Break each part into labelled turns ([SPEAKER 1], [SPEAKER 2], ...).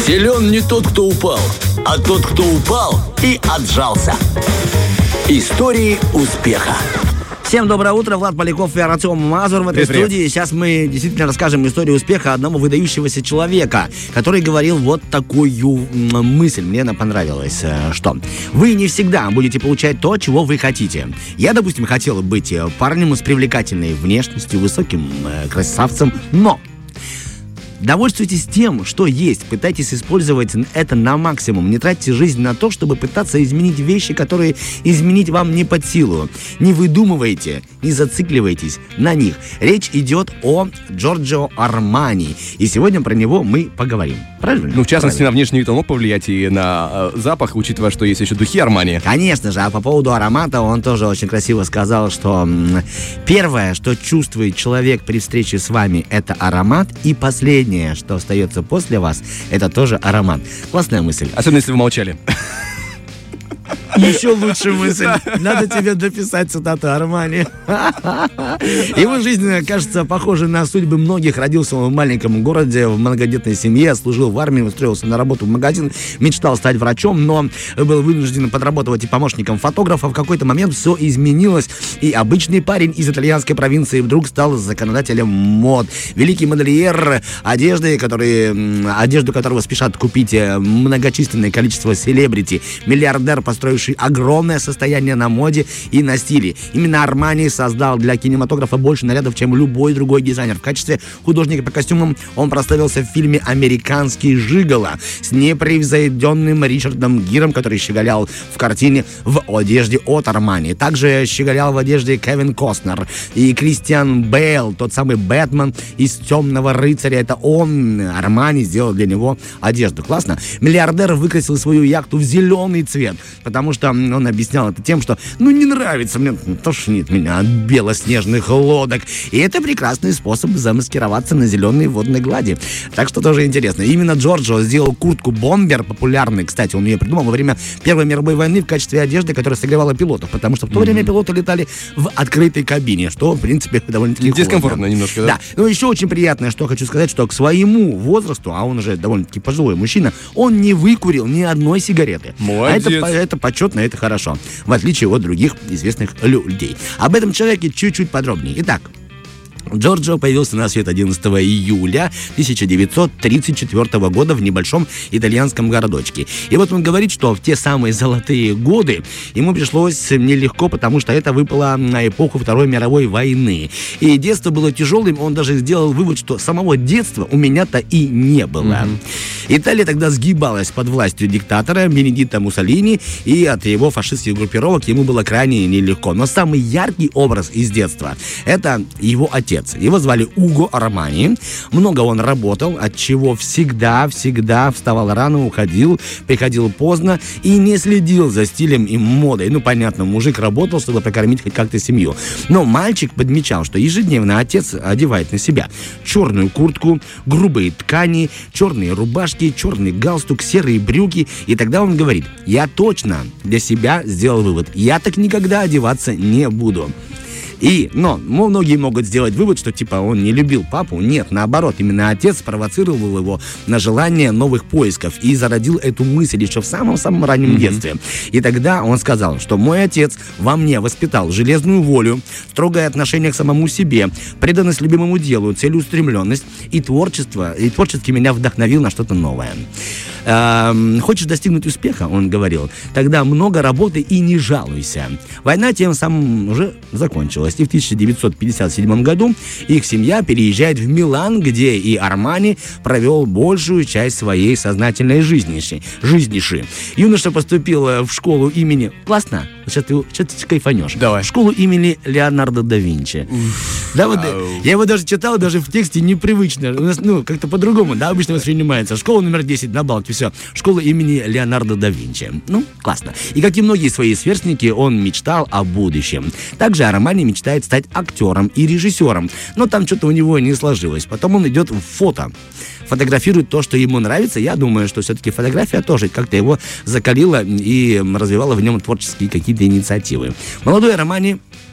[SPEAKER 1] Силен не тот, кто упал, а тот, кто упал и отжался. Истории успеха.
[SPEAKER 2] Всем доброе утро, Влад Поляков и Артем Мазур в этой студии. Сейчас мы действительно расскажем историю успеха одного выдающегося человека, который говорил вот такую мысль. Мне она понравилась. Что? Вы не всегда будете получать то, чего вы хотите. Я, допустим, хотел быть парнем с привлекательной внешностью, высоким красавцем, но... довольствуйтесь тем, что есть. Пытайтесь использовать это на максимум. Не тратьте жизнь на то, чтобы пытаться изменить вещи, которые изменить вам не под силу. Не выдумывайте, не зацикливайтесь на них. Речь идет о Джорджио Армани. И сегодня про него мы поговорим. Правильно?
[SPEAKER 3] Ну, в частности, на внешний вид он мог повлиять и на запах, учитывая, что есть еще духи Армани.
[SPEAKER 2] Конечно же. А по поводу аромата он тоже очень красиво сказал, что первое, что чувствует человек при встрече с вами, это аромат. И последнее, что остается после вас, это тоже аромат. Классная мысль.
[SPEAKER 3] Особенно, если вы молчали.
[SPEAKER 2] Еще лучше мысль. Надо тебе дописать цитату Армани. Его жизнь, кажется, похожа на судьбы многих. Родился он в маленьком городе, в многодетной семье, служил в армии, устроился на работу в магазин, мечтал стать врачом, но был вынужден подработать и помощником фотографа. В какой-то момент все изменилось, и обычный парень из итальянской провинции вдруг стал законодателем мод. Великий модельер одежды, одежду которого спешат купить многочисленное количество селебрити. Миллиардер, построивший огромное состояние на моде и на стиле. Именно Армани создал для кинематографа больше нарядов, чем любой другой дизайнер. В качестве художника по костюмам он прославился в фильме «Американский жиголо» с непревзойденным Ричардом Гиром, который щеголял в картине в одежде от Армани. Также щеголял в одежде Кевин Костнер и Кристиан Бейл, тот самый Бэтмен из «Темного рыцаря». Это он, Армани, сделал для него одежду. Классно? Миллиардер выкрасил свою яхту в зеленый цвет, потому что он объяснял это тем, что не нравится мне, тошнит меня от белоснежных лодок. И это прекрасный способ замаскироваться на зеленой водной глади. Так что тоже интересно. Именно Джорджио сделал куртку бомбер популярной. Кстати, он ее придумал во время Первой мировой войны в качестве одежды, которая согревала пилотов, потому что в то время пилоты летали в открытой кабине, что, в принципе, довольно-таки
[SPEAKER 3] дискомфортно немножко, да?
[SPEAKER 2] Да. Еще очень приятное, что хочу сказать, что к своему возрасту, а он уже довольно-таки пожилой мужчина, он не выкурил ни одной сигареты.
[SPEAKER 3] Молодец.
[SPEAKER 2] Это почетно, это хорошо. В отличие от других известных людей. Об этом человеке чуть-чуть подробнее. Итак, Джорджио появился на свет 11 июля 1934 года в небольшом итальянском городочке. И вот он говорит, что в те самые золотые годы ему пришлось нелегко, потому что это выпало на эпоху Второй мировой войны. И детство было тяжелым, он даже сделал вывод, что самого детства у меня-то и не было. Италия тогда сгибалась под властью диктатора Бенедито Муссолини, и от его фашистских группировок ему было крайне нелегко. Но самый яркий образ из детства — это его отец. Его звали Уго Армани. Много он работал, от чего всегда вставал рано, уходил, приходил поздно и не следил за стилем и модой. Понятно, мужик работал, чтобы прокормить хоть как-то семью. Но мальчик подмечал, что ежедневно отец одевает на себя черную куртку, грубые ткани, черные рубашки, черный галстук, серые брюки. И тогда он говорит: я точно для себя сделал вывод. Я так никогда одеваться не буду. Но многие могут сделать вывод, что он не любил папу. Нет, наоборот, именно отец спровоцировал его на желание новых поисков и зародил эту мысль еще в самом-самом раннем детстве. И тогда он сказал, что мой отец во мне воспитал железную волю, строгое отношение к самому себе, преданность любимому делу, целеустремленность и творчество. И творчески меня вдохновил на что-то новое. Хочешь достигнуть успеха, он говорил, тогда много работы и не жалуйся. Война тем самым уже закончилась. И в 1957 году их семья переезжает в Милан, где и Армани провел большую часть своей сознательной жизни. Юноша поступил в школу имени... Классно? Сейчас ты кайфанешь.
[SPEAKER 3] Давай.
[SPEAKER 2] В школу имени Леонардо да Винчи. Да, вот, я его даже читал, даже в тексте непривычно. У нас, как-то по-другому, обычно воспринимается. Школа номер 10 на Балтике, все. Школа имени Леонардо да Винчи. Классно. И как и многие свои сверстники, он мечтал о будущем. Также Армани мечтает стать актером и режиссером. Но там что-то у него не сложилось. Потом он идет в фото. Фотографирует то, что ему нравится. Я думаю, что все-таки фотография тоже как-то его закалила и развивала в нем творческие какие-то инициативы. Молодой Армани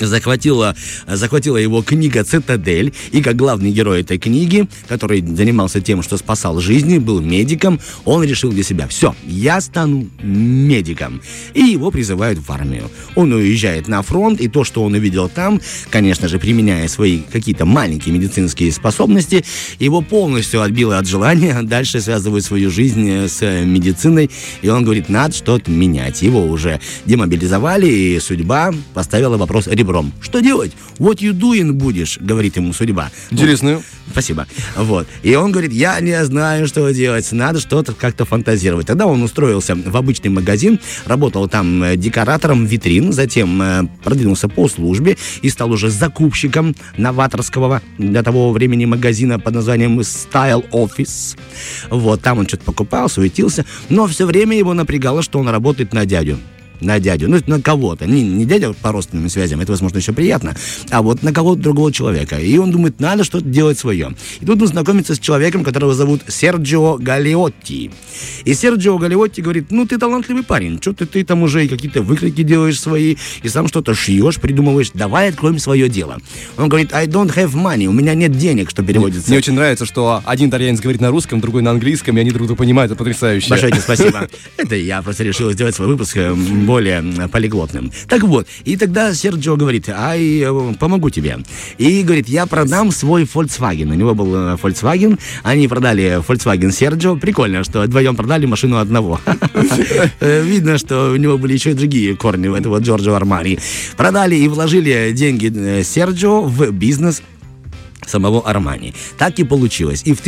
[SPEAKER 2] захватила его книга «Цитадель», и как главный герой этой книги, который занимался тем, что спасал жизни, был медиком, он решил для себя: все, я стану медиком. И его призывают в армию. Он уезжает на фронт, и то, что он увидел там, конечно же, применяя свои какие-то маленькие медицинские способности, его полностью отбило от желания дальше связывать свою жизнь с медициной, и он говорит: надо что-то менять. Его уже демобилизовали, и судьба поставила вопрос ребром. Что делать? What you doing будешь, говорит ему судьба.
[SPEAKER 3] Интересно.
[SPEAKER 2] Спасибо. Вот. И он говорит: я не знаю, что делать, надо что-то как-то фантазировать. Тогда он устроился в обычный магазин, работал там декоратором витрин, затем продвинулся по службе и стал уже закупщиком новаторского для того времени магазина под названием Style Office. Вот, там он что-то покупал, суетился, но все время его напрягало, что он работает на дядю. Ну, на кого-то. Не дядя по родственным связям, это, возможно, еще приятно, а вот на кого-то другого человека. И он думает, надо что-то делать свое. И тут он знакомится с человеком, которого зовут Серджио Галиотти. И Серджио Галиотти говорит: ну, ты талантливый парень, что ты там уже какие-то выкройки делаешь свои, и сам что-то шьешь, придумываешь, давай откроем свое дело. Он говорит: I don't have money, у меня нет денег, что переводится.
[SPEAKER 3] Мне очень нравится, что один итальянец говорит на русском, другой на английском, и они друг друга понимают, это потрясающе.
[SPEAKER 2] Большое тебе спасибо. Это я просто решил сделать свой выпуск более полиглотным. Так вот, и тогда Серджио говорит: ай, помогу тебе. И говорит: я продам свой Volkswagen. У него был Volkswagen, они продали Volkswagen Серджио. Прикольно, что вдвоем продали машину одного. Видно, что у него были еще и другие корни у этого Джорджо Армани. Продали и вложили деньги Серджио в бизнес самого Армани. Так и получилось. И в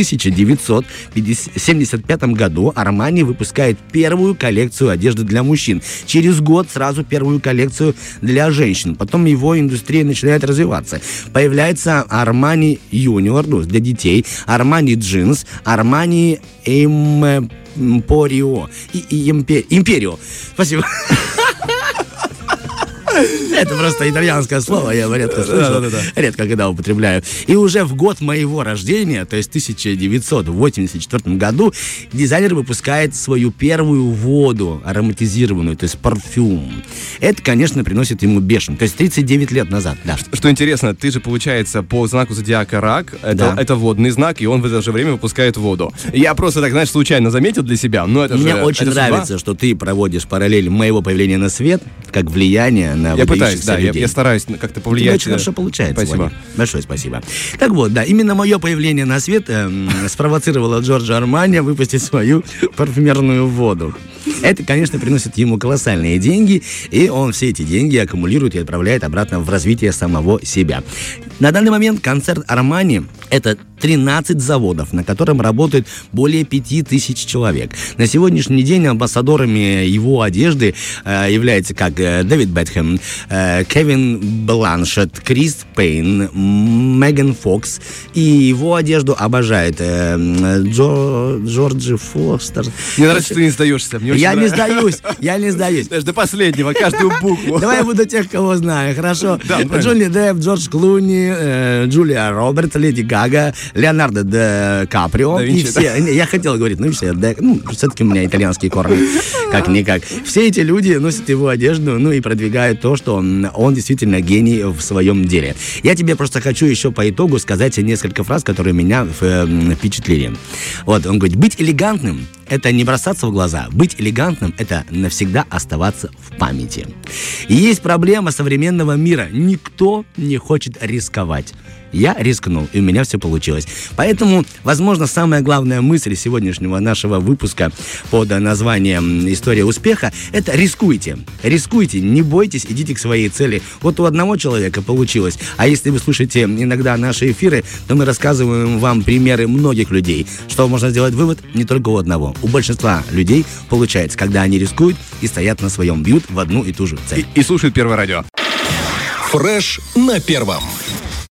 [SPEAKER 2] 1975 году Армани выпускает первую коллекцию одежды для мужчин. Через год сразу первую коллекцию для женщин. Потом его индустрия начинает развиваться. Появляется Армани Юниор, ну, для детей, Армани Джинс, Армани Эмпорио и Империо. Спасибо. Это просто итальянское слово, я его редко слышал, редко когда употребляю. И уже в год моего рождения, то есть в 1984 году, дизайнер выпускает свою первую воду ароматизированную, то есть парфюм. Это, конечно, приносит ему бешен. То есть 39 лет назад, да.
[SPEAKER 3] Что интересно, ты же, получается, по знаку зодиака Рак, это водный знак, и он в это же время выпускает воду. Я просто так, знаешь, случайно заметил для себя, но это
[SPEAKER 2] Мне
[SPEAKER 3] же...
[SPEAKER 2] очень нравится, что ты проводишь параллель моего появления на свет, как влияние на
[SPEAKER 3] я пытаюсь, да,
[SPEAKER 2] людей.
[SPEAKER 3] я стараюсь как-то повлиять.
[SPEAKER 2] Очень хорошо получается.
[SPEAKER 3] Спасибо.
[SPEAKER 2] Владимир. Большое спасибо. Так вот, да, именно мое появление на свет спровоцировало Джорджо Армани выпустить свою парфюмерную воду. Это, конечно, приносит ему колоссальные деньги, и он все эти деньги аккумулирует и отправляет обратно в развитие самого себя. На данный момент концерн Армани – это 13 заводов, на котором работает более 5000 человек. На сегодняшний день амбассадорами его одежды являются как Дэвид Бекхэм, Кевин Бланшетт, Крис Пейн, Меган Фокс. И его одежду обожает Джорджи Фостер.
[SPEAKER 3] Мне нравится, что ты не сдаешься.
[SPEAKER 2] Я не сдаюсь.
[SPEAKER 3] Даже до последнего, каждую букву.
[SPEAKER 2] Давай я буду тех, кого знаю, хорошо?
[SPEAKER 3] Да,
[SPEAKER 2] Джонни Депп, Джордж Клуни, Джулия Робертс, Леди Гага, Леонардо Ди Каприо. И все. Я хотел говорить, все-таки у меня итальянские корни, как-никак. Все эти люди носят его одежду, и продвигают то, что он действительно гений в своем деле. Я тебе просто хочу еще по итогу сказать несколько фраз, которые меня впечатлили. Вот, он говорит: быть элегантным – это не бросаться в глаза. Быть элегантным – это навсегда оставаться в памяти. И есть проблема современного мира. Никто не хочет рисковать. Я рискнул, и у меня все получилось. Поэтому, возможно, самая главная мысль сегодняшнего нашего выпуска под названием «История успеха» — это рискуйте. Рискуйте, не бойтесь, идите к своей цели. Вот у одного человека получилось. А если вы слушаете иногда наши эфиры, то мы рассказываем вам примеры многих людей. Что можно сделать вывод? Не только у одного. У большинства людей получается, когда они рискуют и стоят на своем, бьют в одну и ту же цель.
[SPEAKER 3] И слушают Первое радио.
[SPEAKER 1] Фреш на первом.